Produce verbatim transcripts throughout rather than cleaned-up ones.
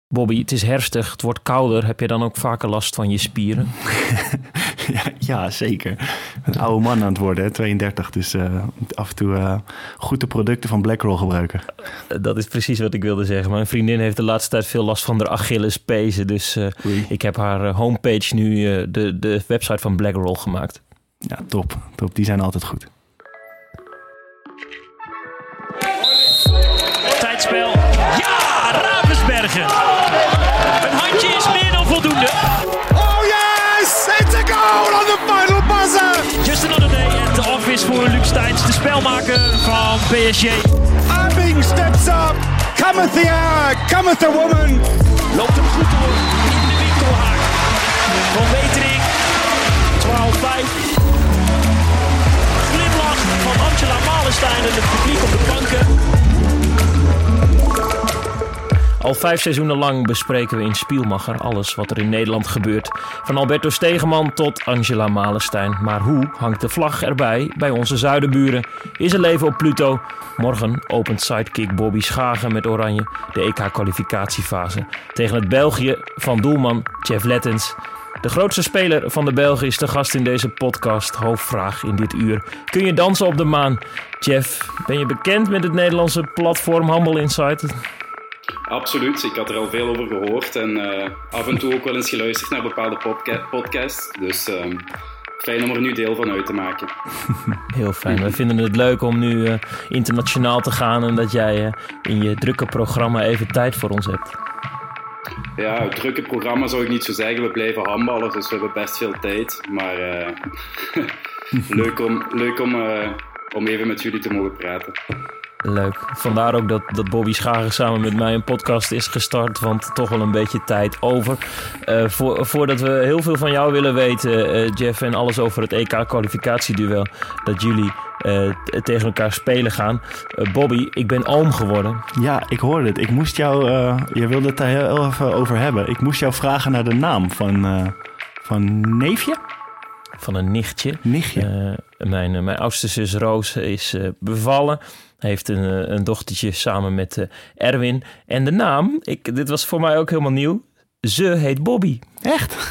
Bobby, het is herfstig, het wordt kouder. Heb je dan ook vaker last van je spieren? ja, ja, zeker. Een oude man aan het worden, hè, tweeëndertig. Dus uh, af en toe uh, goed de producten van Blackroll gebruiken. Uh, dat is precies wat ik wilde zeggen. Mijn vriendin heeft de laatste tijd veel last van de Achillespezen. Dus uh, ik heb haar uh, homepage nu uh, de, de website van Blackroll gemaakt. Ja, top, top. Die zijn altijd goed. Tijdspel. Ja, Ravensbergen. Een handje is meer dan voldoende. Oh yes! It's a goal on the final buzzer! Just another day at the office voor Luc Steins, de spelmaker van P S G. Abing steps up. Cometh the hour, cometh the woman. Loopt hem goed door in de winkelhaak. Van Wetering. twaalf vijf. Glimlach van Angela Malenstein en het publiek op de banken. Al vijf seizoenen lang bespreken we in Spielmacher alles wat er in Nederland gebeurt. Van Alberto Stegeman tot Angela Malenstein. Maar hoe hangt de vlag erbij bij onze zuidenburen? Is er leven op Pluto? Morgen opent sidekick Bobby Schagen met Oranje de E K-kwalificatiefase. Tegen het België van doelman Jeff Lettens. De grootste speler van de Belgen is de gast in deze podcast. Hoofdvraag in dit uur. Kun je dansen op de maan? Jeff, ben je bekend met het Nederlandse platform Humble Insight? Absoluut, ik had er al veel over gehoord en uh, af en toe ook wel eens geluisterd naar bepaalde podca- podcasts. Dus uh, fijn om er nu deel van uit te maken. Heel fijn. We vinden het leuk om nu uh, internationaal te gaan en dat jij uh, in je drukke programma even tijd voor ons hebt. Ja, het drukke programma zou ik niet zo zeggen. We blijven handballen, dus we hebben best veel tijd. Maar uh, leuk, om, leuk om, uh, om even met jullie te mogen praten. Leuk. Vandaar ook dat, dat Bobby Schagen samen met mij een podcast is gestart. Want toch wel een beetje tijd over. Uh, voor, voordat we heel veel van jou willen weten, uh, Jeff, en alles over het E K-kwalificatieduel dat jullie uh, t- tegen elkaar spelen gaan. Uh, Bobby, ik ben oom geworden. Ja, ik hoorde het. Ik moest jou, uh, je wilde het daar heel even over hebben. Ik moest jou vragen naar de naam van, uh, van neefje? Van een nichtje. Nichtje. Uh, mijn, uh, mijn oudste zus Roos is uh, bevallen. Heeft een, een dochtertje samen met uh, Erwin. En de naam, ik, dit was voor mij ook helemaal nieuw. Ze heet Bobby. Echt?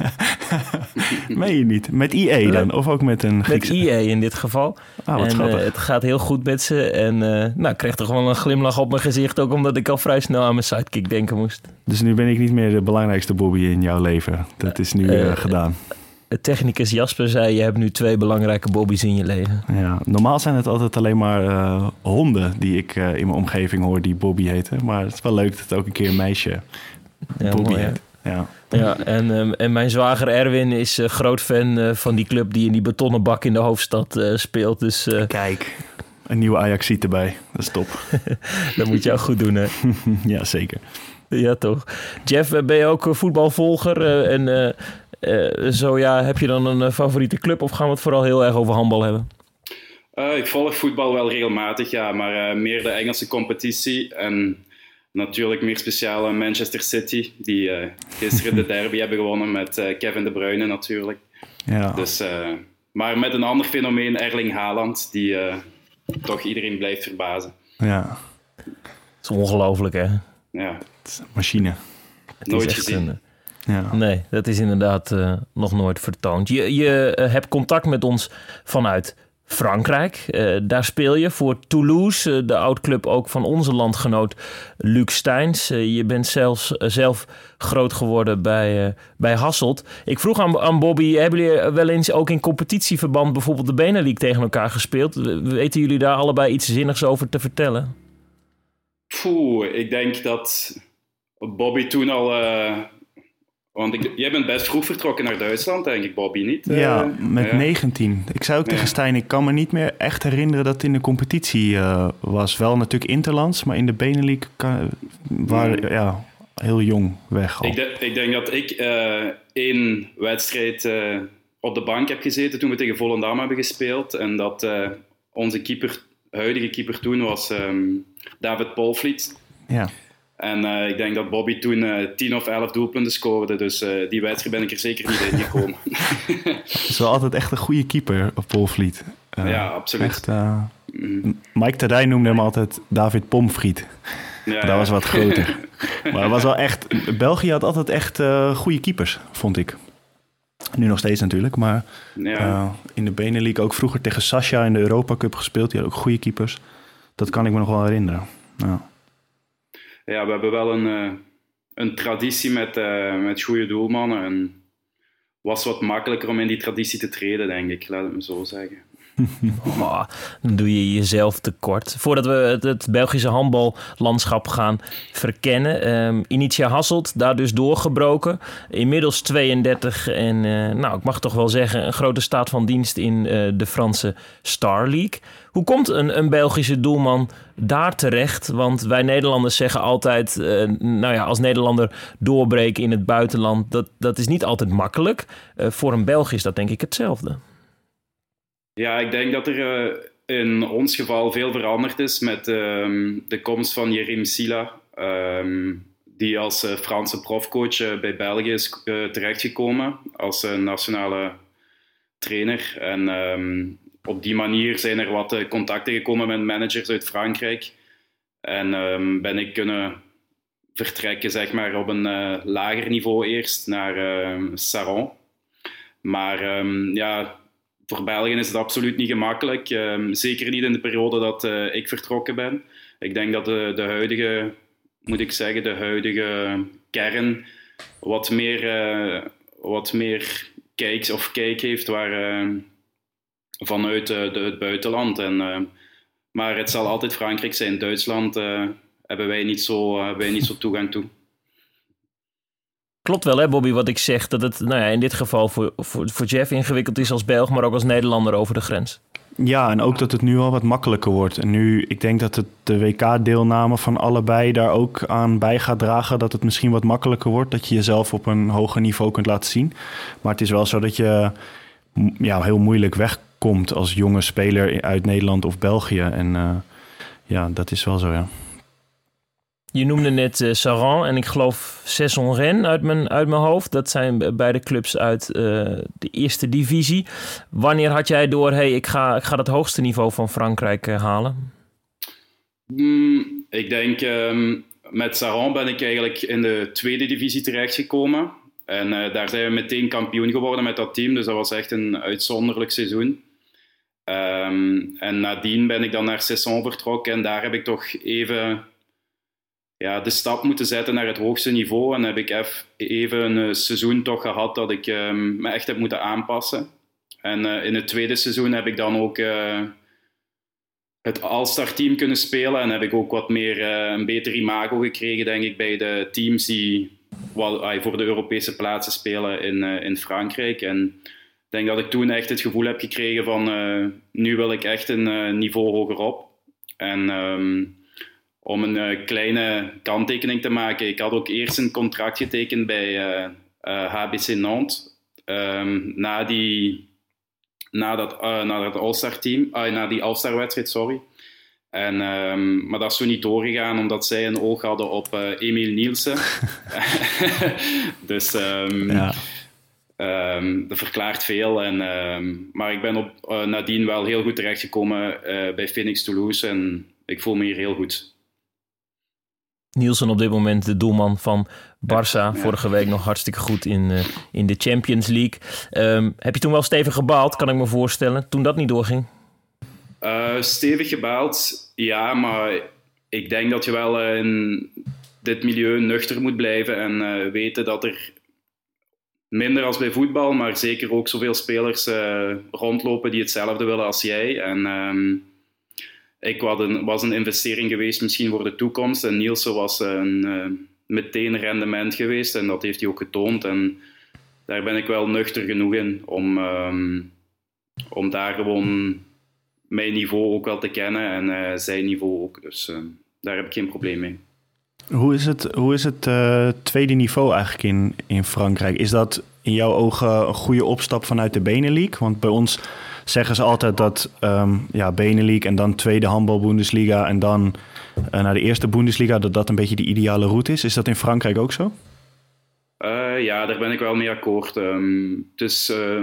Meen je niet? Met I E dan? Of ook met een Griekse? Met I E in dit geval. Ah, wat en uh, het gaat heel goed met ze. En uh, nou, ik kreeg toch wel een glimlach op mijn gezicht. Ook omdat ik al vrij snel aan mijn sidekick denken moest. Dus nu ben ik niet meer de belangrijkste Bobby in jouw leven. Dat is nu uh, uh, gedaan. Technicus Jasper zei, je hebt nu twee belangrijke Bobby's in je leven. Ja, normaal zijn het altijd alleen maar uh, honden die ik uh, in mijn omgeving hoor die Bobby heten. Maar het is wel leuk dat het ook een keer een meisje ja, Bobby mooi, heet. Ja, ja en, um, en mijn zwager Erwin is uh, groot fan uh, van die club die in die betonnen bak in de hoofdstad uh, speelt. Dus, uh, kijk, een nieuwe Ajaxiet erbij. Dat is top. Dat moet je ook goed doen, hè? Ja, zeker. Ja, toch. Jeff, ben je ook volbalvolger? Uh, en uh, uh, zo ja, heb je dan een uh, favoriete club of gaan we het vooral heel erg over handbal hebben? Uh, ik volg voetbal wel regelmatig, ja, maar uh, meer de Engelse competitie. En natuurlijk meer speciaal Manchester City, die uh, gisteren de derby hebben gewonnen met uh, Kevin De Bruyne natuurlijk. Ja. Dus, uh, maar met een ander fenomeen, Erling Haaland, die uh, toch iedereen blijft verbazen. Ja. Dat is ongelooflijk, hè? Ja. Het is een machine. Het nooit gezien. Een, ja. Nee, dat is inderdaad uh, nog nooit vertoond. Je, je uh, hebt contact met ons vanuit Frankrijk. Uh, daar speel je voor Toulouse, uh, de oud-club ook van onze landgenoot Luc Steins. Uh, je bent zelfs, uh, zelf groot geworden bij, uh, bij Hasselt. Ik vroeg aan, aan Bobby, hebben jullie wel eens ook in competitieverband bijvoorbeeld de Benelux tegen elkaar gespeeld? Weten jullie daar allebei iets zinnigs over te vertellen? Poeh, ik denk dat Bobby toen al... Uh, want ik, jij bent best vroeg vertrokken naar Duitsland, denk ik, Bobby, niet? Ja, uh, met ja. negentien. Ik zei ook tegen ja. Stijn, ik kan me niet meer echt herinneren dat het in de competitie uh, was. Wel natuurlijk interlands, maar in de Benelux kan, waren ja. ja, heel jong weg al. Ik, de, ik denk dat ik uh, één wedstrijd uh, op de bank heb gezeten toen we tegen Volendam hebben gespeeld. En dat uh, onze keeper, huidige keeper toen was um, David Polvliet. Ja. En uh, ik denk dat Bobby toen uh, tien of elf doelpunten scoorde. Dus uh, die wedstrijd ben ik er zeker niet in gekomen. Het is wel altijd echt een goede keeper op Polvliet. Uh, ja, absoluut. Echt, uh, mm. Mike Tadij noemde hem altijd David Pomfriet. Ja, dat ja. was wat groter. Maar het was wel echt... België had altijd echt uh, goede keepers, vond ik. Nu nog steeds natuurlijk, maar Ja. uh, in de Benelux ook vroeger tegen Sascha in de Europa Cup gespeeld. Die had ook goede keepers. Dat kan ik me nog wel herinneren. Ja, ja we hebben wel een, uh, een traditie met, uh, met goede doelmannen. En het was wat makkelijker om in die traditie te treden, denk ik. Laat het me zo zeggen. Oh, dan doe je jezelf tekort. Voordat we het, het Belgische handballandschap gaan verkennen. Um, Initia Hasselt, daar dus doorgebroken. Inmiddels tweeëndertig en uh, nou, ik mag toch wel zeggen... een grote staat van dienst in uh, de Franse Star League. Hoe komt een, een Belgische doelman daar terecht? Want wij Nederlanders zeggen altijd... Uh, nou ja, als Nederlander doorbreken in het buitenland... dat, dat is niet altijd makkelijk. Uh, voor een Belg is dat denk ik hetzelfde. Ja, ik denk dat er uh, in ons geval veel veranderd is met uh, de komst van Jerim Silla, uh, die als uh, Franse profcoach uh, bij België is uh, terechtgekomen als uh, nationale trainer. En um, op die manier zijn er wat uh, contacten gekomen met managers uit Frankrijk. En um, ben ik kunnen vertrekken zeg maar, op een uh, lager niveau eerst naar uh, Saron. Maar um, ja... Voor België is het absoluut niet gemakkelijk. Um, zeker niet in de periode dat uh, ik vertrokken ben. Ik denk dat de, de huidige, moet ik zeggen, de huidige kern wat meer, uh, wat meer kijk of kijk heeft waar, uh, vanuit uh, de, het buitenland. En, uh, maar het zal altijd Frankrijk zijn. Duitsland uh, hebben wij niet zo, uh, hebben wij niet zo toegang toe. Klopt wel, hè, Bobby, wat ik zeg. Dat het nou ja, in dit geval voor, voor, voor Jeff ingewikkeld is als Belg, maar ook als Nederlander over de grens. Ja, en ook dat het nu al wat makkelijker wordt. En nu, ik denk dat het de W K-deelname van allebei daar ook aan bij gaat dragen. Dat het misschien wat makkelijker wordt. Dat je jezelf op een hoger niveau kunt laten zien. Maar het is wel zo dat je ja, heel moeilijk wegkomt als jonge speler uit Nederland of België. En uh, ja, dat is wel zo, ja. Je noemde net uh, Saran en ik geloof Cesson-Rennes uit mijn, uit mijn hoofd. Dat zijn beide clubs uit uh, de eerste divisie. Wanneer had jij door, hey, ik ga, ik ga het hoogste niveau van Frankrijk uh, halen? Mm, ik denk, um, met Saran ben ik eigenlijk in de tweede divisie terechtgekomen. En uh, daar zijn we meteen kampioen geworden met dat team. Dus dat was echt een uitzonderlijk seizoen. Um, en nadien ben ik dan naar Cesson vertrokken. En daar heb ik toch even... Ja, de stap moeten zetten naar het hoogste niveau. En heb ik even een seizoen toch gehad dat ik um, me echt heb moeten aanpassen. En uh, in het tweede seizoen heb ik dan ook uh, het All-Star team kunnen spelen. En heb ik ook wat meer uh, een beter imago gekregen, denk ik, bij de teams die well, uh, voor de Europese plaatsen spelen in, uh, in Frankrijk. En ik denk dat ik toen echt het gevoel heb gekregen van uh, nu wil ik echt een uh, niveau hoger op. En... Um, Om een uh, kleine kanttekening te maken. Ik had ook eerst een contract getekend bij uh, uh, H B C Nantes. Um, na, die, na dat, uh, na dat All-Star team, uh, na die All-Star wedstrijd, sorry. En, um, maar dat is zo niet doorgegaan, omdat zij een oog hadden op uh, Emil Nielsen. dus um, ja. um, dat verklaart veel. En, um, maar ik ben op, uh, nadien wel heel goed terechtgekomen uh, bij Phoenix Toulouse. En ik voel me hier heel goed. Nielsen op dit moment de doelman van Barça. Ja. Vorige week nog hartstikke goed in, uh, in de Champions League. Um, heb je toen wel stevig gebaald, kan ik me voorstellen, toen dat niet doorging? Uh, stevig gebaald, ja, maar ik denk dat je wel uh, in dit milieu nuchter moet blijven en uh, weten dat er minder als bij voetbal, maar zeker ook zoveel spelers uh, rondlopen die hetzelfde willen als jij. En... Um, Ik was een, was een investering geweest misschien voor de toekomst. En Nielsen was een uh, meteen rendement geweest. En dat heeft hij ook getoond. En daar ben ik wel nuchter genoeg in om, um, om daar gewoon mijn niveau ook wel te kennen. En uh, zijn niveau ook. Dus uh, daar heb ik geen probleem mee. Hoe is het, hoe is het uh, tweede niveau eigenlijk in, in Frankrijk? Is dat in jouw ogen een goede opstap vanuit de Benelux? Want bij ons... zeggen ze altijd dat um, ja, Benelux en dan tweede handbal-Bundesliga en dan uh, naar de eerste Bundesliga, dat dat een beetje de ideale route is. Is dat in Frankrijk ook zo? Uh, ja, daar ben ik wel mee akkoord. Um, het is uh,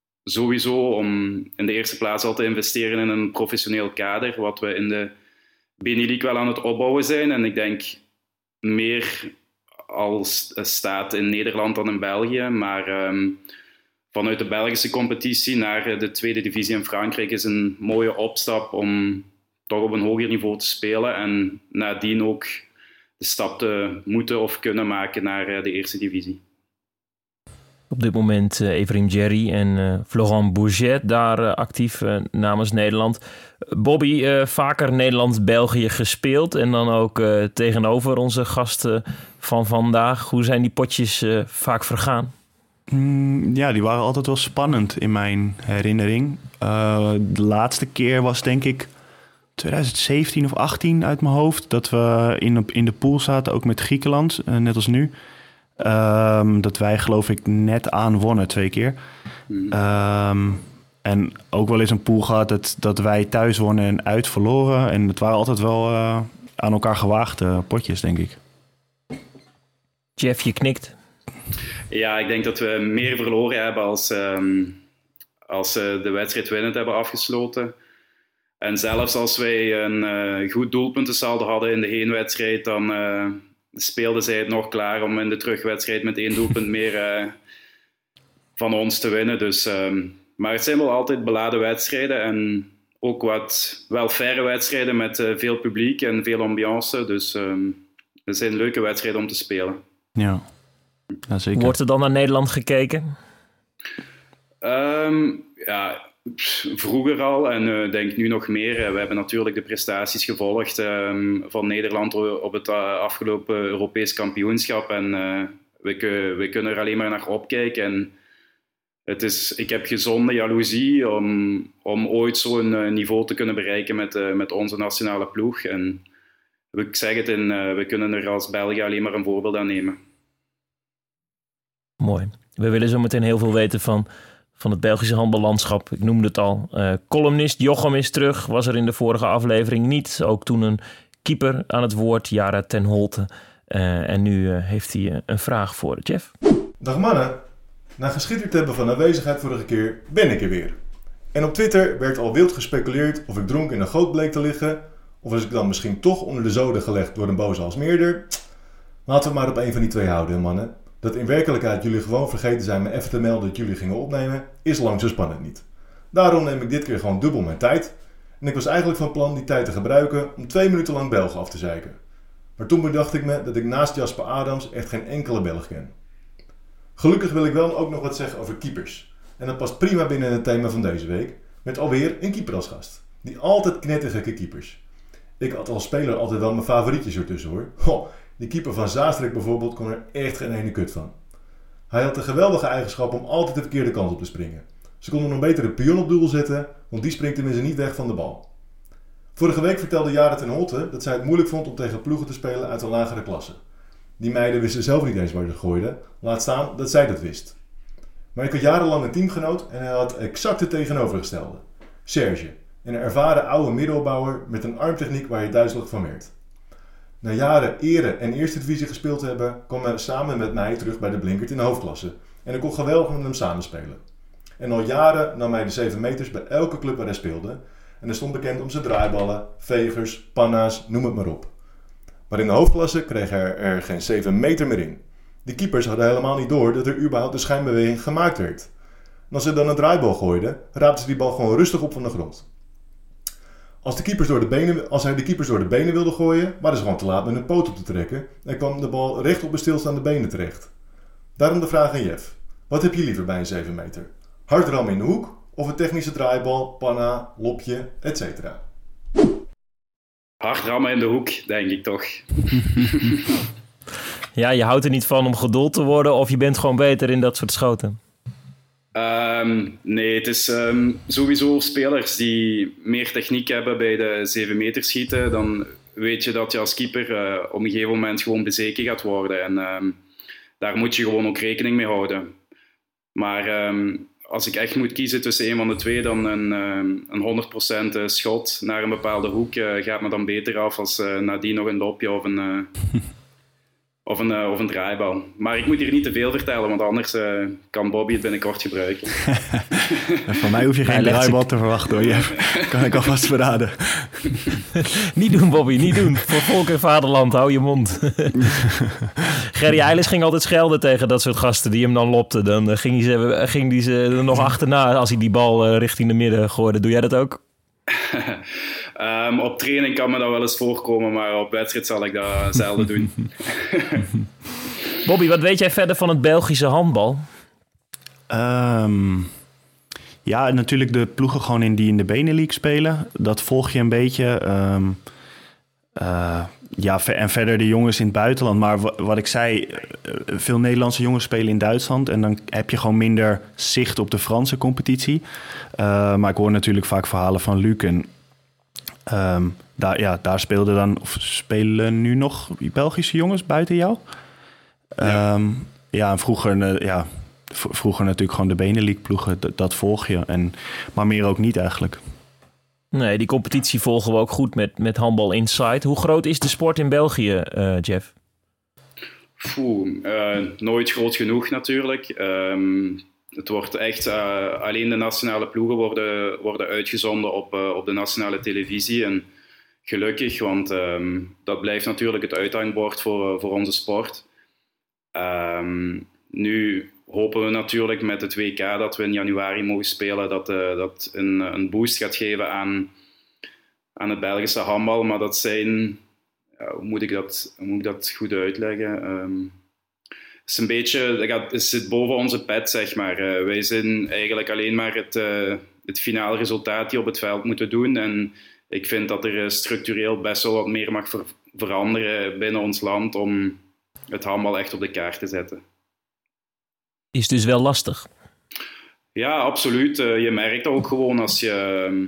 sowieso om in de eerste plaats al te investeren in een professioneel kader, wat we in de Benelux wel aan het opbouwen zijn. En ik denk meer als staat in Nederland dan in België. Maar um, vanuit de Belgische competitie naar de tweede divisie in Frankrijk is een mooie opstap om toch op een hoger niveau te spelen. En nadien ook de stap te moeten of kunnen maken naar de eerste divisie. Op dit moment uh, Evrim Djerry en uh, Florent Bourget daar uh, actief uh, namens Nederland. Bobby, uh, vaker Nederland-België gespeeld en dan ook uh, tegenover onze gasten van vandaag. Hoe zijn die potjes uh, vaak vergaan? Mm, ja, die waren altijd wel spannend in mijn herinnering. Uh, de laatste keer was denk ik twintig zeventien of achttien uit mijn hoofd. Dat we in, in de pool zaten, ook met Griekenland, uh, net als nu. Um, dat wij geloof ik net aan wonnen twee keer. Um, en ook wel eens een pool gehad dat, dat wij thuis wonnen en uit verloren. En het waren altijd wel uh, aan elkaar gewaagde potjes, denk ik. Jeff, je knikt. Ja, ik denk dat we meer verloren hebben als, um, als uh, de wedstrijd winnend hebben afgesloten. En zelfs als wij een uh, goed doelpuntensaldo hadden in de heenwedstrijd, dan uh, speelden zij het nog klaar om in de terugwedstrijd met één doelpunt meer uh, van ons te winnen. Dus, um, maar het zijn wel altijd beladen wedstrijden en ook wat wel faire wedstrijden met uh, veel publiek en veel ambiance. Dus um, het zijn leuke wedstrijden om te spelen. Ja, ja zeker. Wordt er dan naar Nederland gekeken? Um, ja... Vroeger al en ik uh, denk nu nog meer. We hebben natuurlijk de prestaties gevolgd um, van Nederland op het uh, afgelopen Europees kampioenschap. En uh, we, k- we kunnen er alleen maar naar opkijken. En het is, ik heb gezonde jaloezie om, om ooit zo'n uh, niveau te kunnen bereiken met, uh, met onze nationale ploeg. En ik zeg het, in, uh, we kunnen er als België alleen maar een voorbeeld aan nemen. Mooi. We willen zo meteen heel veel weten van... van het Belgische handballandschap. Ik noemde het al. Uh, columnist Jochem is terug. Was er in de vorige aflevering niet. Ook toen een keeper aan het woord, Jara ten Holte. Uh, en nu uh, heeft hij uh, een vraag voor Jeff. Dag mannen. Na geschitterd te hebben van aanwezigheid vorige keer, ben ik er weer. En op Twitter werd al wild gespeculeerd of ik dronken in een goot bleek te liggen. Of was ik dan misschien toch onder de zoden gelegd door een boze Alsmeerder. Laten we maar op een van die twee houden, mannen. Dat in werkelijkheid jullie gewoon vergeten zijn me even te melden dat jullie gingen opnemen, is lang zo spannend niet. Daarom neem ik dit keer gewoon dubbel mijn tijd. En ik was eigenlijk van plan die tijd te gebruiken om twee minuten lang Belgen af te zeiken. Maar toen bedacht ik me dat ik naast Jasper Adams echt geen enkele Belg ken. Gelukkig wil ik wel ook nog wat zeggen over keepers. En dat past prima binnen het thema van deze week, met alweer een keeper als gast. Die altijd knettergekke keepers. Ik had als speler altijd wel mijn favorietjes ertussen hoor. Ho, die keeper van Zaanstreek bijvoorbeeld kon er echt geen ene kut van. Hij had de geweldige eigenschap om altijd de verkeerde kant op te springen. Ze konden nog beter een pion op doel zetten, want die springt tenminste niet weg van de bal. Vorige week vertelde Jara ten Holte dat zij het moeilijk vond om tegen ploegen te spelen uit een lagere klasse. Die meiden wisten zelf niet eens waar ze gooiden, laat staan dat zij dat wist. Maar ik had jarenlang een teamgenoot en hij had exact het tegenovergestelde. Serge, een ervaren oude middelbouwer met een armtechniek waar je duizelig van werd. Na jaren ere en eerste divisie gespeeld te hebben, kwam hij samen met mij terug bij de Blinkert in de hoofdklasse. En ik kon geweldig met hem samenspelen. En al jaren nam hij de zeven meters bij elke club waar hij speelde. En hij stond bekend om zijn draaiballen, vegers, panna's, noem het maar op. Maar in de hoofdklasse kreeg hij er geen zeven meter meer in. De keepers hadden helemaal niet door dat er überhaupt een schijnbeweging gemaakt werd. En als ze dan een draaibal gooiden, raapten ze die bal gewoon rustig op van de grond. Als, de keepers door de benen, als hij de keepers door de benen wilde gooien, waren ze gewoon te laat met hun poot op te trekken en kwam de bal recht op de stilstaande benen terecht. Daarom de vraag aan Jeff. Wat heb je liever bij een zeven meter? Hard rammen in de hoek of een technische draaibal, panna, lopje, et cetera? Hard rammen in de hoek, denk ik toch. Ja, je houdt er niet van om geduld te worden of je bent gewoon beter in dat soort schoten? Um, nee, het is um, sowieso spelers die meer techniek hebben bij de zeven meter schieten. Dan weet je dat je als keeper uh, op een gegeven moment gewoon bezeken gaat worden. En um, daar moet je gewoon ook rekening mee houden. Maar um, als ik echt moet kiezen tussen een van de twee, dan een, um, een honderd procent schot naar een bepaalde hoek uh, gaat me dan beter af als uh, nadien nog een lopje of een, uh, Of een, uh, of een draaibal. Maar ik moet hier niet te veel vertellen, want anders uh, kan Bobby het binnenkort gebruiken. Van mij hoef je geen draaibal zich... te verwachten hoor. Je kan ik alvast verraden. Niet doen, Bobby, niet doen. Voor volk en vaderland, hou je mond. Gerry Eilers ging altijd schelden tegen dat soort gasten die hem dan lopten. Dan uh, ging hij ze, ging die ze er nog achterna als hij die bal uh, richting de midden gooide. Doe jij dat ook? um, op training kan me dat wel eens voorkomen, maar op wedstrijd zal ik dat zelden doen. Bobby, wat weet jij verder van het Belgische handbal? Um, ja, natuurlijk de ploegen gewoon in die in de Benelux spelen. Dat volg je een beetje. Um, uh, ja, en verder de jongens in het buitenland. Maar w- wat ik zei, veel Nederlandse jongens spelen in Duitsland. En dan heb je gewoon minder zicht op de Franse competitie. Uh, maar ik hoor natuurlijk vaak verhalen van Luc. En um, daar, ja, daar speelden dan, of spelen nu nog Belgische jongens buiten jou? Ja, um, ja en vroeger, uh, ja, v- vroeger natuurlijk gewoon de Benelux-ploegen. D- dat volg je. En, maar meer ook niet eigenlijk. Nee, die competitie volgen we ook goed met, met Handbal Insight. Hoe groot is de sport in België, uh, Jeff? Poeh, uh, nooit groot genoeg natuurlijk. Um, het wordt echt... Uh, alleen de nationale ploegen worden, worden uitgezonden op, uh, op de nationale televisie. En gelukkig, want um, dat blijft natuurlijk het uithangbord voor, voor onze sport. Um, nu hopen we natuurlijk met het W K dat we in januari mogen spelen, dat uh, dat een, een boost gaat geven aan, aan het Belgische handbal. Maar dat zijn... Ja, hoe, moet ik dat, hoe moet ik dat goed uitleggen? Um, het is een beetje... Dat gaat, het zit boven onze pet, zeg maar. Uh, wij zijn eigenlijk alleen maar het, uh, het finale resultaat die op het veld moeten doen. En ik vind dat er structureel best wel wat meer mag ver- veranderen binnen ons land om het handbal echt op de kaart te zetten. Is dus wel lastig. Ja, absoluut. Uh, je merkt ook gewoon als je, um,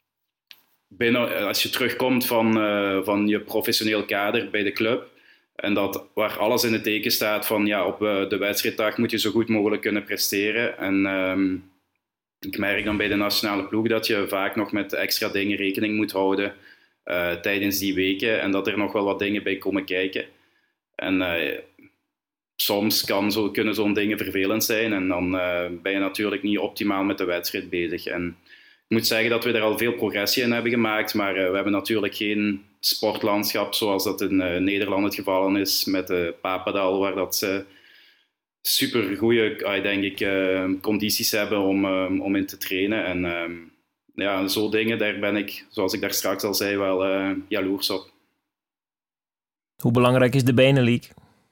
binnen, als je terugkomt van, uh, van je professioneel kader bij de club en dat waar alles in het teken staat van ja, op uh, de wedstrijddag moet je zo goed mogelijk kunnen presteren. En um, ik merk dan bij de nationale ploeg dat je vaak nog met extra dingen rekening moet houden uh, tijdens die weken en dat er nog wel wat dingen bij komen kijken. En uh, soms kan zo, kunnen zo'n dingen vervelend zijn en dan uh, ben je natuurlijk niet optimaal met de wedstrijd bezig. En ik moet zeggen dat we er al veel progressie in hebben gemaakt, maar uh, we hebben natuurlijk geen sportlandschap zoals dat in uh, Nederland het geval is met de uh, Papendal, waar dat ze super goede, uh, denk ik, uh, condities hebben om, uh, om in te trainen. En uh, ja, zo dingen, daar ben ik, zoals ik daar straks al zei, wel uh, jaloers op. Hoe belangrijk is de Benelux?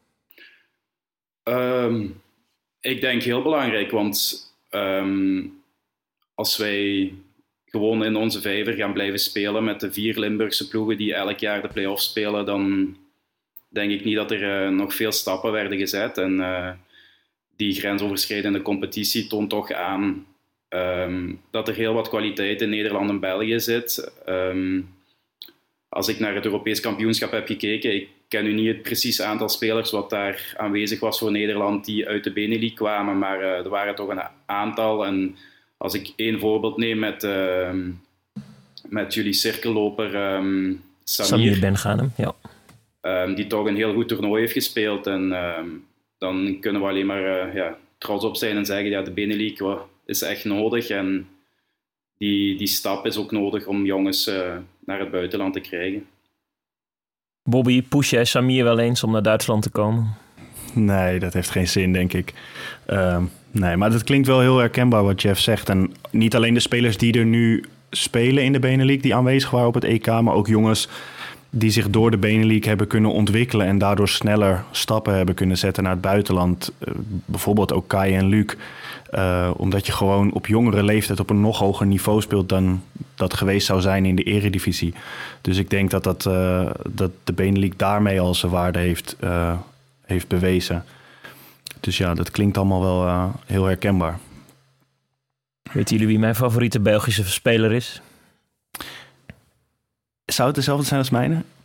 Um, ik denk heel belangrijk, want um, als wij gewoon in onze vijver gaan blijven spelen met de vier Limburgse ploegen die elk jaar de play-offs spelen, dan denk ik niet dat er uh, nog veel stappen werden gezet. En uh, die grensoverschrijdende competitie toont toch aan um, dat er heel wat kwaliteit in Nederland en België zit. Um, als ik naar het Europees kampioenschap heb gekeken, ik Ik ken nu niet het precieze aantal spelers wat daar aanwezig was voor Nederland die uit de Benelux kwamen, maar uh, er waren toch een aantal. En als ik één voorbeeld neem met, uh, met jullie cirkelloper um, Samir, Samir Ben-Ghanem, ja. um, die toch een heel goed toernooi heeft gespeeld. En um, dan kunnen we alleen maar uh, ja, trots op zijn en zeggen, ja, de Benelux well, is echt nodig. En die, die stap is ook nodig om jongens uh, naar het buitenland te krijgen. Bobby, push jij Samir wel eens om naar Duitsland te komen? Nee, dat heeft geen zin, denk ik. Uh, nee, maar dat klinkt wel heel herkenbaar wat Jeff zegt. En niet alleen de spelers die er nu spelen in de Benelux, die aanwezig waren op het E K, maar ook jongens die zich door de Benelux hebben kunnen ontwikkelen en daardoor sneller stappen hebben kunnen zetten naar het buitenland. Uh, bijvoorbeeld ook Kai en Luc. Uh, omdat je gewoon op jongere leeftijd op een nog hoger niveau speelt dan dat geweest zou zijn in de eredivisie. Dus ik denk dat, dat, uh, dat de Benelux daarmee al zijn waarde heeft, uh, heeft bewezen. Dus ja, dat klinkt allemaal wel uh, heel herkenbaar. Weten jullie wie mijn favoriete Belgische speler is? Zou het dezelfde zijn als mijne?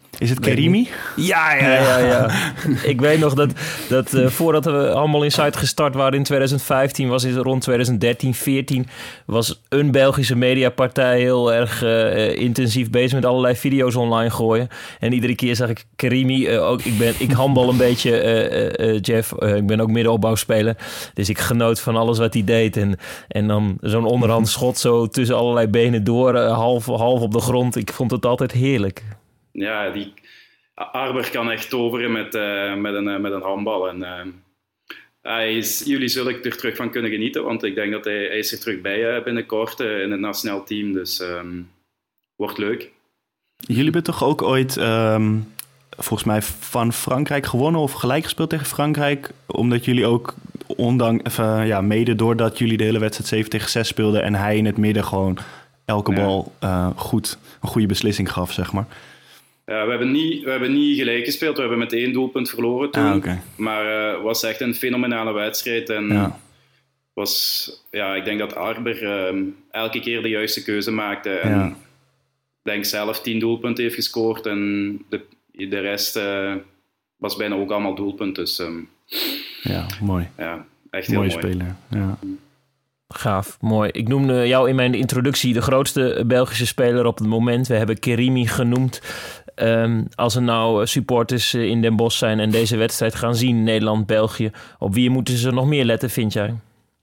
Is het Karimi? Ja, ja, ja, ja. Ik weet nog dat, dat uh, voordat we allemaal Inside gestart waren in twintig vijftien... was het rond twintig dertien, veertien... was een Belgische mediapartij heel erg uh, intensief bezig met allerlei video's online gooien. En iedere keer zag ik Karimi. Uh, ook, ik, ben, ik handbal een beetje, uh, uh, Jeff. Uh, ik ben ook middenopbouwspeler. Dus ik genoot van alles wat hij deed. En, en dan zo'n onderhand schot zo tussen allerlei benen door. Uh, half, half op de grond. Ik vond het altijd heerlijk. Ja, die Arber kan echt toveren met, uh, met, een, uh, met een handbal. En, uh, hij is, jullie zullen er terug van kunnen genieten, want ik denk dat hij, hij is er terug bij uh, binnenkort uh, in het nationaal team. Dus um, wordt leuk. Jullie hebben toch ook ooit, um, volgens mij, van Frankrijk gewonnen of gelijk gespeeld tegen Frankrijk? Omdat jullie ook, ondanks, uh, ja, mede doordat jullie de hele wedstrijd zeven tegen zes speelden en hij in het midden gewoon elke ja. bal uh, goed, een goede beslissing gaf, zeg maar. Ja, we hebben niet, we hebben niet gelijk gespeeld. We hebben met één doelpunt verloren toen. Ah, okay. Maar het uh, was echt een fenomenale wedstrijd. En ja. was, ja, ik denk dat Arber uh, elke keer de juiste keuze maakte. En ja. ik denk zelf tien doelpunten heeft gescoord. En de, de rest uh, was bijna ook allemaal doelpunten. Dus, um, ja, mooi. Ja, echt heel mooi. mooi. Speler, ja. Gaaf, mooi. Ik noemde jou in mijn introductie de grootste Belgische speler op het moment. We hebben Karimi genoemd. Um, als er nou supporters in Den Bosch zijn en deze wedstrijd gaan zien, Nederland-België, op wie moeten ze nog meer letten, vind jij?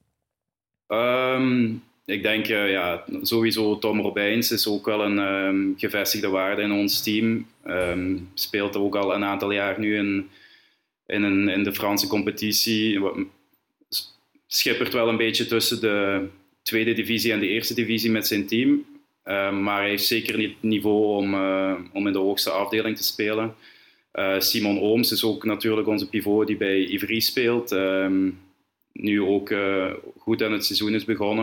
Um, ik denk uh, ja, sowieso Tom Robijns is ook wel een um, gevestigde waarde in ons team. Um, speelt ook al een aantal jaar nu in, in, een, in de Franse competitie. Schippert wel een beetje tussen de tweede divisie en de eerste divisie met zijn team. Uh, maar hij heeft zeker niet het niveau om, uh, om in de hoogste afdeling te spelen. Uh, Simon Ooms is ook natuurlijk onze pivot die bij Ivry speelt. Um, nu ook uh, goed aan het seizoen is begonnen.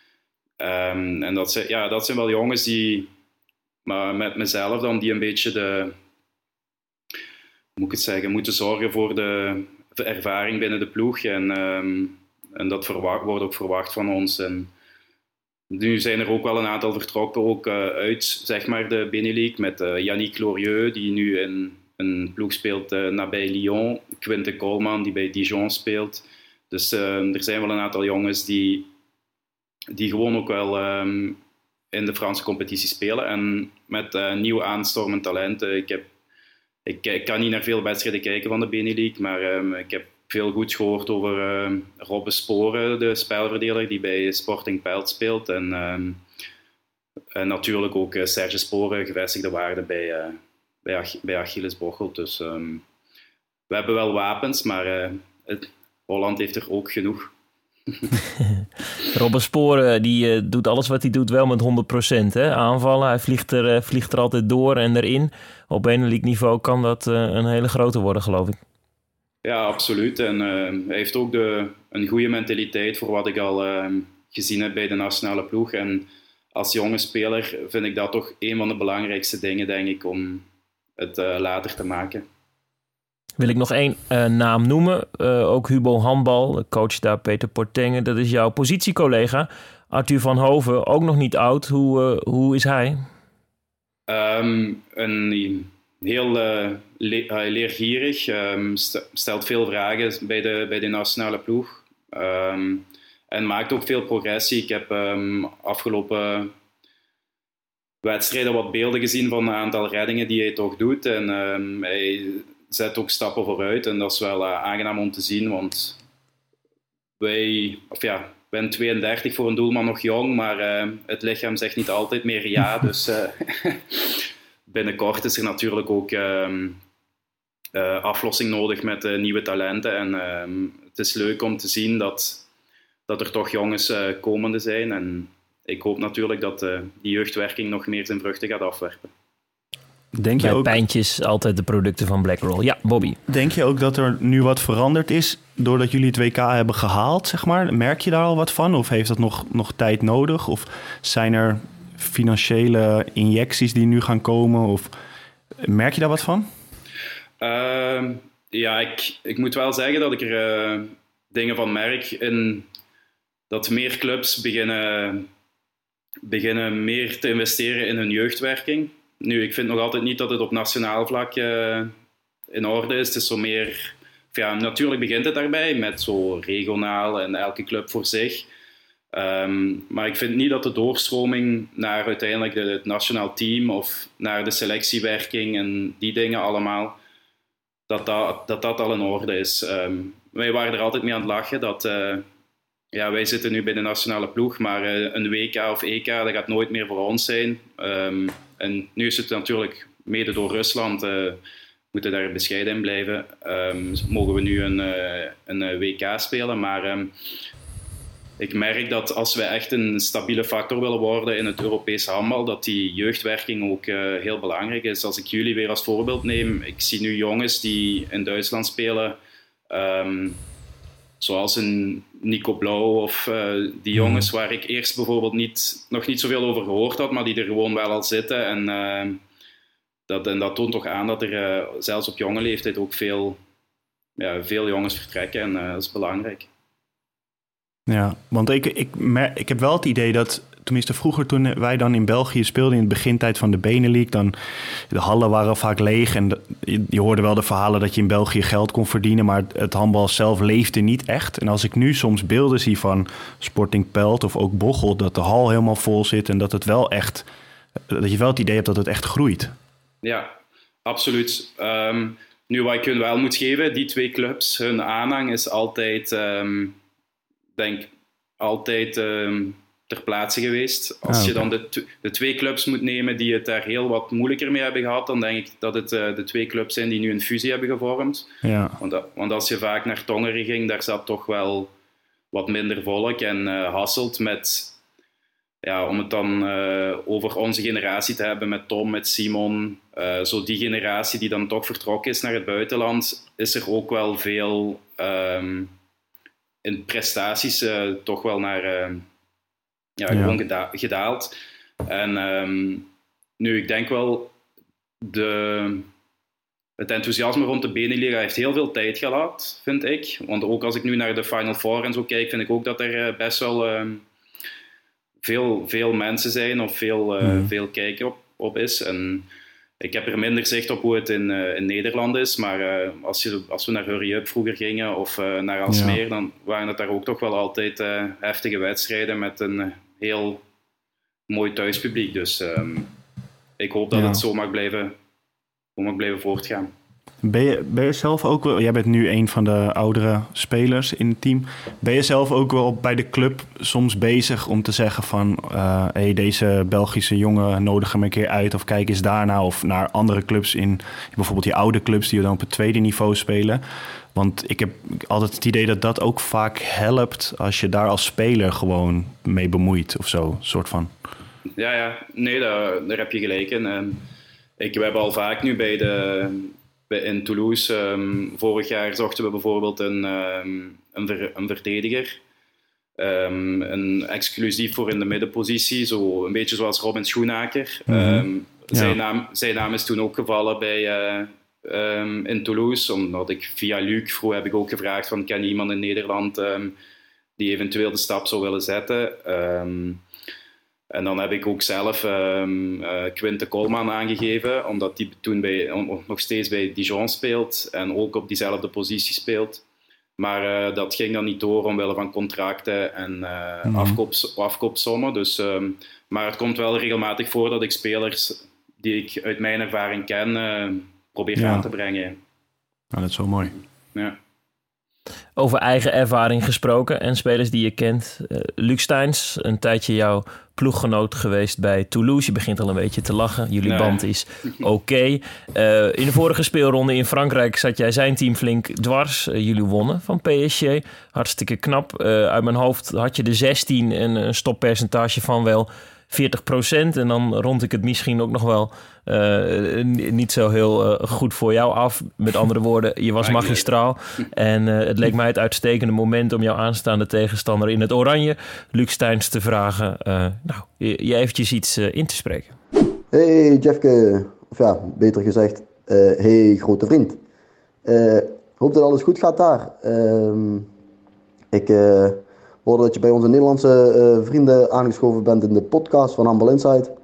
Um, en dat zijn, ja, dat zijn wel jongens die, maar met mezelf dan, die een beetje de, hoe moet ik het zeggen, moeten zorgen voor de, de ervaring binnen de ploeg. En, um, en dat verwacht, wordt ook verwacht van ons. En nu zijn er ook wel een aantal vertrokken, ook uh, uit zeg maar, de Benelux, met uh, Yannick Lorieux, die nu in een ploeg speelt uh, nabij Lyon. Quinte Coleman, die bij Dijon speelt. Dus uh, er zijn wel een aantal jongens die, die gewoon ook wel um, in de Franse competitie spelen. En met uh, nieuw aanstormend talent. Uh, ik, heb, ik, ik kan niet naar veel wedstrijden kijken van de Benelux, maar um, ik heb veel goed gehoord over uh, Robbe Sporen, de spelverdeler die bij Sporting Pelt speelt. En, um, en natuurlijk ook uh, Serge Sporen, gevestigde waarde bij, uh, bij, Ach- bij Achilles Bocholt. Dus um, we hebben wel wapens, maar uh, het, Holland heeft er ook genoeg. Robbe Sporen die uh, doet alles wat hij doet wel met honderd procent. Hè? Aanvallen, hij vliegt er, uh, vliegt er altijd door en erin. Op Benelux niveau kan dat uh, een hele grote worden, geloof ik. Ja, absoluut. En uh, hij heeft ook de, een goede mentaliteit voor wat ik al uh, gezien heb bij de nationale ploeg. En als jonge speler vind ik dat toch een van de belangrijkste dingen, denk ik, om het uh, later te maken. Wil ik nog één uh, naam noemen. Uh, ook Hubo Handbal, de coach daar Peter Portenge. Dat is jouw positiecollega. Arthur van Hoven, ook nog niet oud. Hoe, uh, hoe is hij? Um, een heel uh, le- uh, leergierig. Um, st- stelt veel vragen bij de, bij de nationale ploeg. Um, en maakt ook veel progressie. Ik heb um, afgelopen wedstrijden wat beelden gezien van een aantal reddingen die hij toch doet. En um, hij zet ook stappen vooruit. En dat is wel uh, aangenaam om te zien. Want wij, of ja, ik ben tweeëndertig, voor een doelman nog jong. Maar uh, het lichaam zegt niet altijd meer ja. Dus uh, binnenkort is er natuurlijk ook um, uh, aflossing nodig met uh, nieuwe talenten. En um, het is leuk om te zien dat, dat er toch jongens uh, komende zijn. En ik hoop natuurlijk dat uh, die jeugdwerking nog meer zijn vruchten gaat afwerpen. Denk je Bij ook, Pijntjes altijd de producten van Blackroll. Ja, Bobby. denk je ook dat er nu wat veranderd is doordat jullie het W K hebben gehaald, zeg maar? Merk je daar al wat van? Of heeft dat nog, nog tijd nodig? Of zijn er financiële injecties die nu gaan komen? Of merk je daar wat van? Uh, ja, ik, ik moet wel zeggen dat ik er uh, dingen van merk. In dat meer clubs beginnen, beginnen meer te investeren in hun jeugdwerking. nu, ik vind nog altijd niet dat het op nationaal vlak uh, in orde is. Het is zo meer... Ja, natuurlijk begint het daarbij met zo regionaal en elke club voor zich. Um, maar ik vind niet dat de doorstroming naar uiteindelijk de, het nationaal team of naar de selectiewerking en die dingen allemaal, dat dat, dat, dat al in orde is. Um, wij waren er altijd mee aan het lachen dat uh, ja, wij zitten nu bij de nationale ploeg, maar uh, een W K of E K dat gaat nooit meer voor ons zijn. Um, en nu is het natuurlijk mede door Rusland... Uh, moeten daar bescheiden in blijven. Um, mogen we nu een, uh, een W K spelen, maar um, ik merk dat als we echt een stabiele factor willen worden in het Europese handbal, dat die jeugdwerking ook uh, heel belangrijk is. Als ik jullie weer als voorbeeld neem, ik zie nu jongens die in Duitsland spelen, um, zoals een Nico Blauw of uh, die jongens waar ik eerst bijvoorbeeld niet, nog niet zoveel over gehoord had, maar die er gewoon wel al zitten. En, uh, dat, en dat toont toch aan dat er uh, zelfs op jonge leeftijd ook veel, ja, veel jongens vertrekken en uh, dat is belangrijk. Ja, want ik, ik, ik heb wel het idee dat, tenminste vroeger toen wij dan in België speelden in het begintijd van de Benelux, dan de hallen waren vaak leeg en de, je, je hoorde wel de verhalen dat je in België geld kon verdienen, maar het, het handbal zelf leefde niet echt. En als ik nu soms beelden zie van Sporting Pelt of ook Bocholt, dat de hal helemaal vol zit en dat het wel echt, dat je wel het idee hebt dat het echt groeit. Ja, absoluut. Um, nu wat ik hun wel moet geven, die twee clubs, hun aanhang is altijd, um, denk altijd um, ter plaatse geweest. Als ah, okay. je dan de, de twee clubs moet nemen die het daar heel wat moeilijker mee hebben gehad, dan denk ik dat het uh, de twee clubs zijn die nu een fusie hebben gevormd. Ja. Want, want als je vaak naar Tongeren ging, daar zat toch wel wat minder volk en uh, Hasselt met... Ja, om het dan uh, over onze generatie te hebben met Tom, met Simon, uh, zo die generatie die dan toch vertrokken is naar het buitenland, is er ook wel veel um, in prestaties uh, toch wel naar uh, ja, ja. gewoon geda- gedaald. En um, nu, ik denk wel, de, het enthousiasme rond de Beneliga heeft heel veel tijd gehad, vind ik. Want ook als ik nu naar de Final Four en zo kijk, vind ik ook dat er uh, best wel... Uh, Veel, veel mensen zijn of veel, uh, mm. veel kijker op, op is. En ik heb er minder zicht op hoe het in, uh, in Nederland is. Maar uh, als, je, als we naar Hurry Up vroeger gingen of uh, naar Alsmeer, ja. dan waren het daar ook toch wel altijd uh, heftige wedstrijden met een uh, heel mooi thuispubliek. Dus um, ik hoop dat ja. het zo mag blijven, zo mag blijven voortgaan. Ben je, ben je zelf ook wel... Jij bent nu een van de oudere spelers in het team. Ben je zelf ook wel bij de club soms bezig om te zeggen van... Uh, hey, deze Belgische jongen nodigen me een keer uit of kijk eens daarna. Of naar andere clubs in... Bijvoorbeeld die oude clubs die dan op het tweede niveau spelen. Want ik heb altijd het idee dat dat ook vaak helpt... als je daar als speler gewoon mee bemoeit of zo, soort van. Ja, ja. Nee, daar, daar heb je gelijk in. Um, ik, we hebben al vaak nu bij de... In Toulouse, um, vorig jaar zochten we bijvoorbeeld een, um, een, ver, een verdediger. Um, een exclusief voor in de middenpositie, zo een beetje zoals Robin Schoenaker. Mm-hmm. Um, ja. zijn, naam, zijn naam is toen ook gevallen bij, uh, um, in Toulouse, omdat ik via Luc, vroeg heb ik ook gevraagd van ken je iemand in Nederland um, die eventueel de stap zou willen zetten. Um, En dan heb ik ook zelf um, uh, Quinte Kolman aangegeven, omdat die toen bij, on, nog steeds bij Dijon speelt en ook op diezelfde positie speelt. Maar uh, dat ging dan niet door omwille van contracten en uh, mm-hmm. afkoops, afkoopsommen. Dus, um, maar het komt wel regelmatig voor dat ik spelers die ik uit mijn ervaring ken uh, probeer ja. aan te brengen. Nou, dat is wel mooi. Ja. Over eigen ervaring gesproken en spelers die je kent. Uh, Luc Steins, een tijdje jouw ploeggenoot geweest bij Toulouse. Je begint al een beetje te lachen. Jullie nee. band is oké. Okay. Uh, in de vorige speelronde in Frankrijk zat jij zijn team flink dwars. Uh, jullie wonnen van P S G. Hartstikke knap. Uh, uit mijn hoofd had je de zestien en een stoppercentage van wel veertig procent. En dan rond ik het misschien ook nog wel uh, niet zo heel uh, goed voor jou af. Met andere woorden, je was magistraal. En uh, het leek mij het uitstekende moment om jouw aanstaande tegenstander in het oranje, Luc Steins, te vragen uh, nou, je, je eventjes iets uh, in te spreken. Hey Jeffke, of ja, beter gezegd, uh, hey grote vriend. Uh, hoop dat alles goed gaat daar. Uh, ik... Uh, hoorde dat je bij onze Nederlandse uh, vrienden aangeschoven bent in de podcast van Handbal Insight.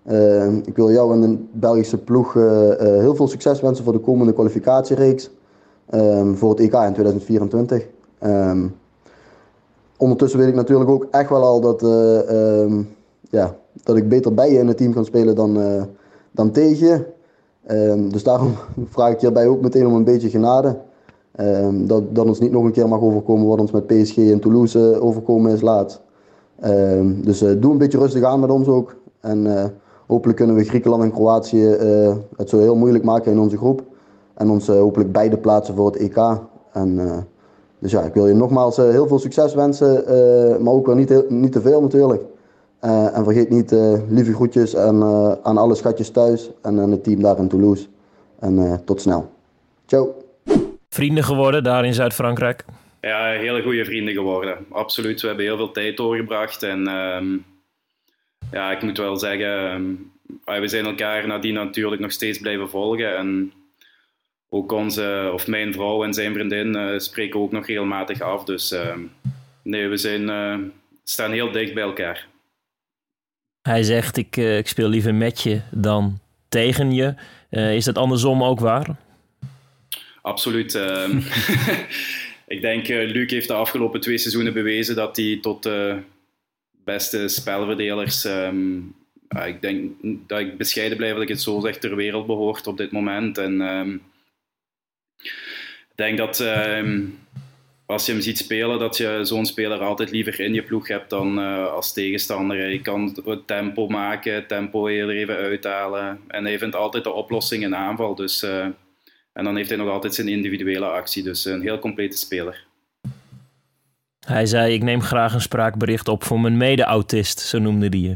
Uh, ik wil jou en de Belgische ploeg uh, uh, heel veel succes wensen voor de komende kwalificatiereeks. Um, voor het E K in tweeduizend vierentwintig. Um, ondertussen weet ik natuurlijk ook echt wel al dat, uh, um, ja, dat ik beter bij je in het team kan spelen dan, uh, dan tegen je. Um, dus daarom vraag ik hierbij ook meteen om een beetje genade. Um, dat, dat ons niet nog een keer mag overkomen wat ons met P S G en Toulouse uh, overkomen is laat. Um, dus uh, doe een beetje rustig aan met ons ook. En uh, hopelijk kunnen we Griekenland en Kroatië uh, het zo heel moeilijk maken in onze groep. En ons uh, hopelijk beide plaatsen voor het E K. En, uh, dus ja, ik wil je nogmaals uh, heel veel succes wensen. Uh, maar ook wel niet, heel, niet te veel natuurlijk. Uh, en vergeet niet uh, lieve groetjes aan, uh, aan alle schatjes thuis. En aan het team daar in Toulouse. En uh, tot snel. Ciao. Vrienden geworden daar in Zuid-Frankrijk? Ja, hele goede vrienden geworden. Absoluut. We hebben heel veel tijd doorgebracht. En um, ja, ik moet wel zeggen, um, we zijn elkaar nadien natuurlijk nog steeds blijven volgen. En ook onze, of mijn vrouw en zijn vriendin uh, spreken ook nog regelmatig af. Dus uh, nee, we zijn, uh, staan heel dicht bij elkaar. Hij zegt, ik, uh, ik speel liever met je dan tegen je. Uh, is dat andersom ook waar? Absoluut. Uh, ik denk, uh, Luc heeft de afgelopen twee seizoenen bewezen dat hij tot de beste spelverdelers, um, uh, ik denk dat ik bescheiden blijf dat ik het zo zeg, ter wereld behoort op dit moment. En um, ik denk dat um, als je hem ziet spelen, dat je zo'n speler altijd liever in je ploeg hebt dan uh, als tegenstander. Je kan het tempo maken, het tempo heel even uithalen. En hij vindt altijd de oplossing in aanval. Dus, uh, en dan heeft hij nog altijd zijn individuele actie. Dus een heel complete speler. Hij zei, ik neem graag een spraakbericht op voor mijn mede-autist, zo noemde hij je.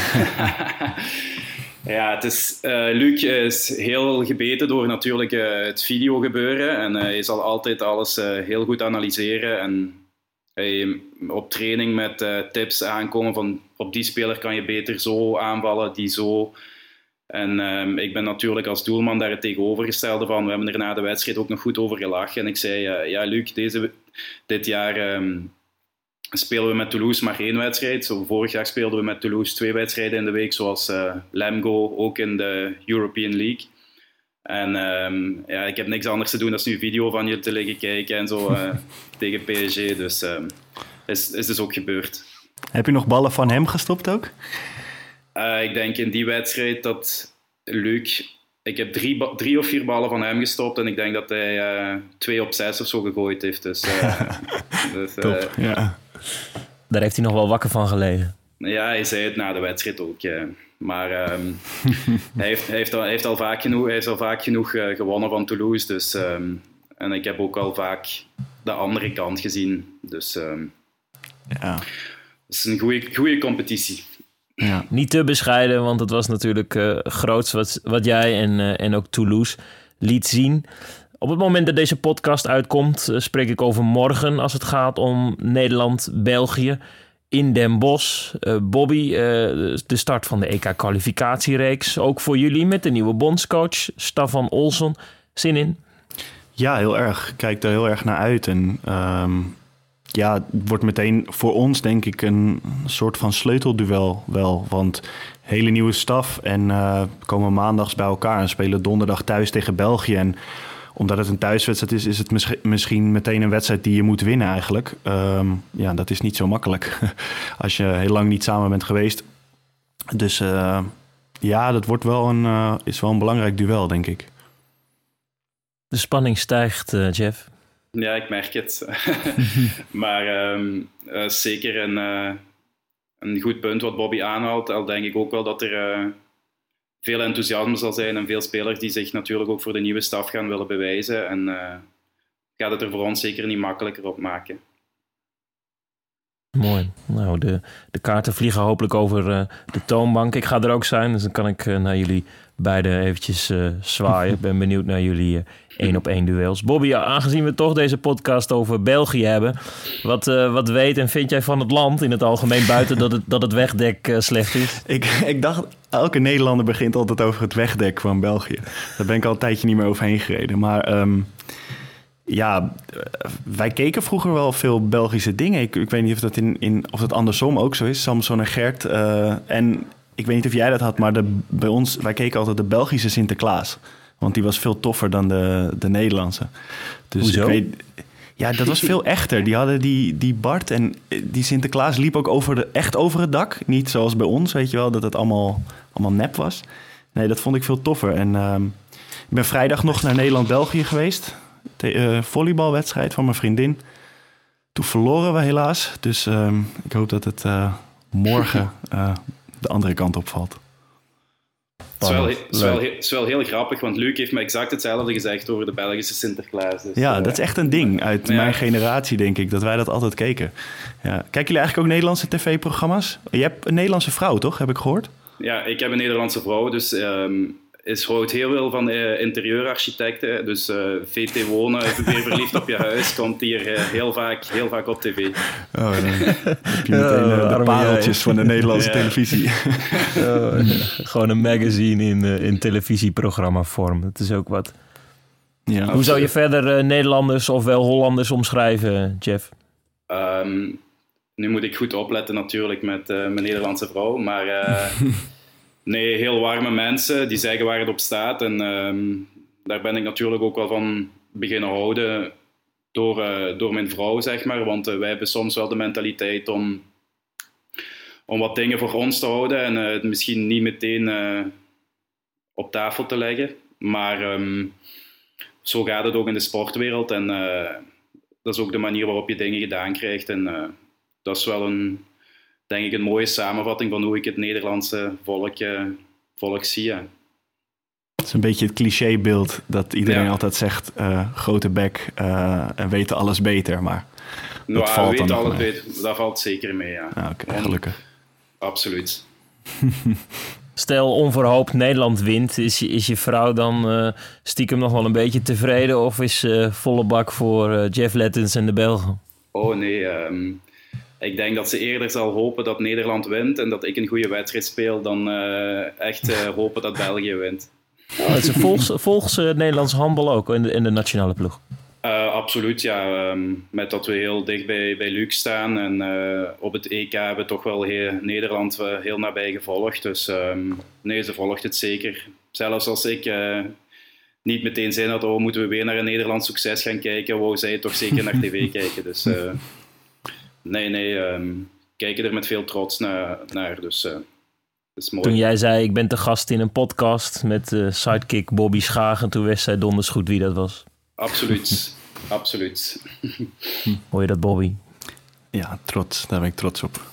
Ja, het is, uh, Luc is heel gebeten door natuurlijk uh, het videogebeuren. En uh, hij zal altijd alles uh, heel goed analyseren. En hij op training met uh, tips aankomen van op die speler kan je beter zo aanvallen, die zo. En um, ik ben natuurlijk als doelman daar het tegenovergestelde van. We hebben er na de wedstrijd ook nog goed over gelachen. En ik zei, uh, ja Luc, deze, dit jaar um, spelen we met Toulouse maar één wedstrijd. Zo, vorig jaar speelden we met Toulouse twee wedstrijden in de week, zoals uh, Lemgo, ook in de European League. En um, ja, ik heb niks anders te doen dan nu video van je te liggen kijken en zo uh, tegen P S G. Dus um, is, is dus ook gebeurd. Heb je nog ballen van hem gestopt ook? Uh, ik denk in die wedstrijd dat Luc... Ik heb drie, drie of vier ballen van hem gestopt en ik denk dat hij uh, twee op zes of zo gegooid heeft. Dus, uh, dus, uh, Top, ja. Daar heeft hij nog wel wakker van gelegen. Ja, hij zei het na de wedstrijd ook. Ja. Maar um, hij, heeft, hij, heeft al, hij heeft al vaak genoeg, hij heeft al vaak genoeg uh, gewonnen van Toulouse. Dus, um, en ik heb ook al vaak de andere kant gezien. Dus um, ja. Het is een goede competitie. Ja. Niet te bescheiden, want het was natuurlijk uh, groots wat, wat jij en, uh, en ook Toulouse liet zien. Op het moment dat deze podcast uitkomt, uh, spreek ik over morgen als het gaat om Nederland-België in Den Bosch. Uh, Bobby, uh, de start van de E K-kwalificatiereeks. Ook voor jullie met de nieuwe bondscoach, Staffan Olsson. Zin in? Ja, heel erg. Ik kijk daar heel erg naar uit. En um, ja, het wordt meteen voor ons denk ik een soort van sleutelduel wel. Want hele nieuwe staf en uh, komen maandags bij elkaar en spelen donderdag thuis tegen België. En omdat het een thuiswedstrijd is, is het misschien, misschien meteen een wedstrijd die je moet winnen eigenlijk. Um, ja, dat is niet zo makkelijk als je heel lang niet samen bent geweest. Dus uh, ja, dat wordt wel een, uh, is wel een belangrijk duel, denk ik. De spanning stijgt, uh, Jeff. Ja, ik merk het. maar um, uh, zeker een, uh, een goed punt wat Bobby aanhaalt. Al denk ik ook wel dat er uh, veel enthousiasme zal zijn en veel spelers die zich natuurlijk ook voor de nieuwe staf gaan willen bewijzen. En uh, gaat het er voor ons zeker niet makkelijker op maken. Mooi. Nou, de, de kaarten vliegen hopelijk over uh, de toonbank. Ik ga er ook zijn, dus dan kan ik uh, naar jullie beiden eventjes uh, zwaaien. Ik ben benieuwd naar jullie uh, één op één duels. Bobby, aangezien we toch deze podcast over België hebben, wat, uh, wat weet en vind jij van het land in het algemeen, buiten dat het, dat het wegdek uh, slecht is? Ik, ik dacht, elke Nederlander begint altijd over het wegdek van België. Daar ben ik al een tijdje niet meer overheen gereden. Maar um, ja, wij keken vroeger wel veel Belgische dingen. Ik, ik weet niet of dat, in, in, of dat andersom ook zo is. Samson en Gert. Uh, en ik weet niet of jij dat had, maar de, bij ons, wij keken altijd de Belgische Sinterklaas. Want die was veel toffer dan de, de Nederlandse. Dus Hoezo? Ik weet, ja, dat was veel echter. Die hadden die, die Bart en die Sinterklaas liep ook over de, echt over het dak. Niet zoals bij ons, weet je wel, dat het allemaal, allemaal nep was. Nee, dat vond ik veel toffer. En uh, ik ben vrijdag nog naar Nederland-België geweest. De uh, volleybalwedstrijd van mijn vriendin. Toen verloren we helaas. Dus uh, ik hoop dat het uh, morgen uh, de andere kant opvalt. Het is, wel, het, is wel, het is wel heel grappig, want Luc heeft me exact hetzelfde gezegd over de Belgische Sinterklaas. Dus, ja, uh, dat is echt een ding uit ja. mijn generatie, denk ik, dat wij dat altijd keken. Ja. Kijken jullie eigenlijk ook Nederlandse tv-programma's? Je hebt een Nederlandse vrouw, toch? Heb ik gehoord? Ja, ik heb een Nederlandse vrouw, dus um, is houdt heel veel van uh, interieurarchitecten. Dus uh, V T Wonen, weer verliefd op je huis, komt hier uh, heel, vaak, heel vaak op tv. Oh, dan heb je meteen uh, de pareltjes van de Nederlandse ja. televisie. Oh, ja. Gewoon een magazine in, uh, in televisieprogramma vorm. Dat is ook wat. Ja. Hoe zou je verder uh, Nederlanders of wel Hollanders omschrijven, Jeff? Um, nu moet ik goed opletten natuurlijk met uh, mijn Nederlandse vrouw, maar... Uh, Nee, heel warme mensen die zeggen waar het op staat. En um, daar ben ik natuurlijk ook wel van beginnen houden door, uh, door mijn vrouw, zeg maar. Want uh, wij hebben soms wel de mentaliteit om, om wat dingen voor ons te houden en uh, het misschien niet meteen uh, op tafel te leggen. Maar um, zo gaat het ook in de sportwereld. En uh, dat is ook de manier waarop je dingen gedaan krijgt. En uh, dat is wel een... denk ik een mooie samenvatting van hoe ik het Nederlandse volk, uh, volk zie. Ja. Het is een beetje het clichébeeld dat iedereen ja. altijd zegt, uh, grote bek uh, en weten alles beter, maar dat nou, valt weet dan alles mee. beter, dat valt zeker mee, ja. Ah, Oké, okay, gelukkig. Absoluut. Stel, onverhoopt Nederland wint, is je, is je vrouw dan uh, stiekem nog wel een beetje tevreden of is uh, volle bak voor uh, Jeff Lettens en de Belgen? Oh nee, um, ik denk dat ze eerder zal hopen dat Nederland wint en dat ik een goede wedstrijd speel dan uh, echt uh, hopen dat België wint. Oh, ze volgt volgt het Nederlands handbal ook in de, in de nationale ploeg? Uh, absoluut, ja. Um, met dat we heel dicht bij, bij Luc staan en uh, op het E K hebben we toch wel heel, Nederland uh, heel nabij gevolgd. Dus um, nee, ze volgt het zeker. Zelfs als ik uh, niet meteen zei dat oh, moeten we weer naar een Nederlands succes gaan kijken, wou zij toch zeker naar tv kijken. Dus uh, nee, nee, um, kijken er met veel trots naar. naar dus, uh, dat is mooi. Toen jij zei, ik ben te gast in een podcast met uh, sidekick Bobby Schagen, toen wist zij donders goed wie dat was. Absoluut, absoluut. Hoor je dat, Bobby? Ja, trots. Daar ben ik trots op.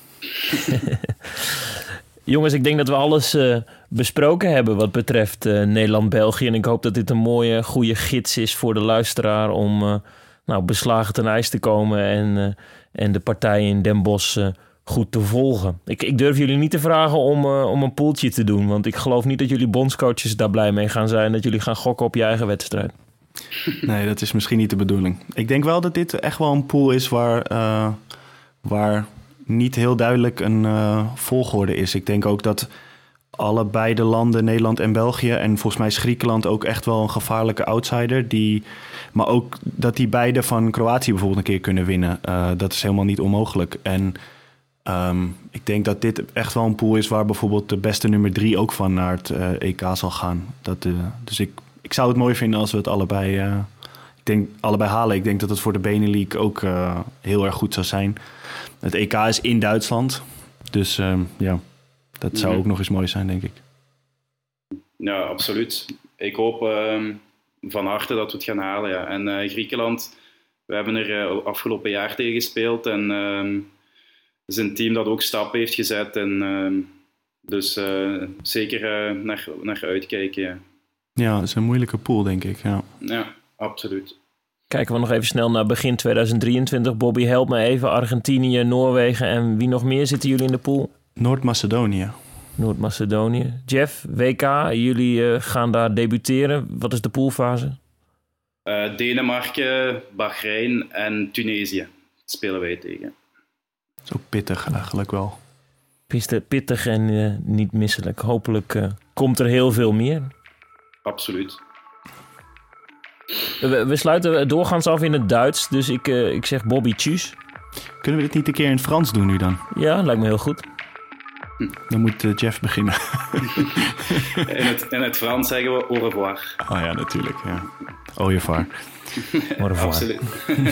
Jongens, ik denk dat we alles uh, besproken hebben wat betreft uh, Nederland-België. En ik hoop dat dit een mooie, goede gids is voor de luisteraar om uh, nou, beslagen ten ijs te komen en, uh, en de partij in Den Bosch uh, goed te volgen. Ik, ik durf jullie niet te vragen om, uh, om een poeltje te doen, want ik geloof niet dat jullie bondscoaches daar blij mee gaan zijn, dat jullie gaan gokken op je eigen wedstrijd. Nee, dat is misschien niet de bedoeling. Ik denk wel dat dit echt wel een pool is waar, uh, waar niet heel duidelijk een uh, volgorde is. Ik denk ook dat allebei de landen, Nederland en België, en volgens mij is Griekenland ook echt wel een gevaarlijke outsider. Die, maar ook dat die beide van Kroatië bijvoorbeeld een keer kunnen winnen. Uh, dat is helemaal niet onmogelijk. En um, ik denk dat dit echt wel een pool is waar bijvoorbeeld de beste nummer drie ook van naar het uh, E K zal gaan. Dat, uh, dus ik... Ik zou het mooi vinden als we het allebei, uh, ik denk, allebei halen. Ik denk dat het voor de Benelux ook uh, heel erg goed zou zijn. Het E K is in Duitsland. Dus uh, ja, dat zou ook nog eens mooi zijn, denk ik. Ja, absoluut. Ik hoop uh, van harte dat we het gaan halen. Ja. En uh, Griekenland, we hebben er uh, afgelopen jaar tegen gespeeld. En uh, het is een team dat ook stappen heeft gezet. En, uh, dus uh, zeker uh, naar, naar uitkijken, ja. Ja, dat is een moeilijke pool, denk ik. Ja, ja, absoluut. Kijken we nog even snel naar begin tweeduizend drieëntwintig. Bobby, help me even. Argentinië, Noorwegen en wie nog meer zitten jullie in de pool? Noord-Macedonië. Noord-Macedonië. Jeff, W K, jullie uh, gaan daar debuteren. Wat is de poolfase? Uh, Denemarken, Bahrein en Tunesië spelen wij tegen. Dat is ook pittig eigenlijk wel. Pittig en uh, niet misselijk. Hopelijk uh, komt er heel veel meer. Absoluut. We, we sluiten doorgaans af in het Duits, dus ik, uh, ik zeg Bobby tjus. Kunnen we dit niet een keer in het Frans doen nu dan? Ja, lijkt me heel goed. Dan moet uh, Jeff beginnen. in, het, in het Frans zeggen we au revoir. Oh ja, natuurlijk. Ja. Au revoir. Au revoir. Absoluut.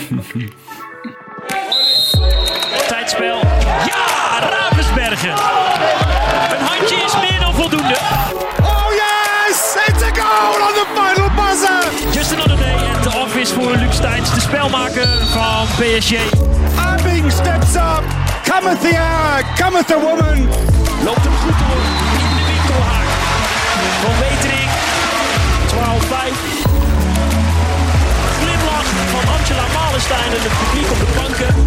Tijdspel. Ja, Ravensbergen. Een handje is meer dan voldoende. Oh yes! It's a goal on the final buzzer! Just another day at the office voor Luc Steins, de spelmaker van P S G. Abing steps up. Cometh the hour. Cometh the woman. Loopt hem goed door in de winkelhaak. Van Wetering. twaalf vijf. Glimlach van Angela Malenstein en het publiek op de banken.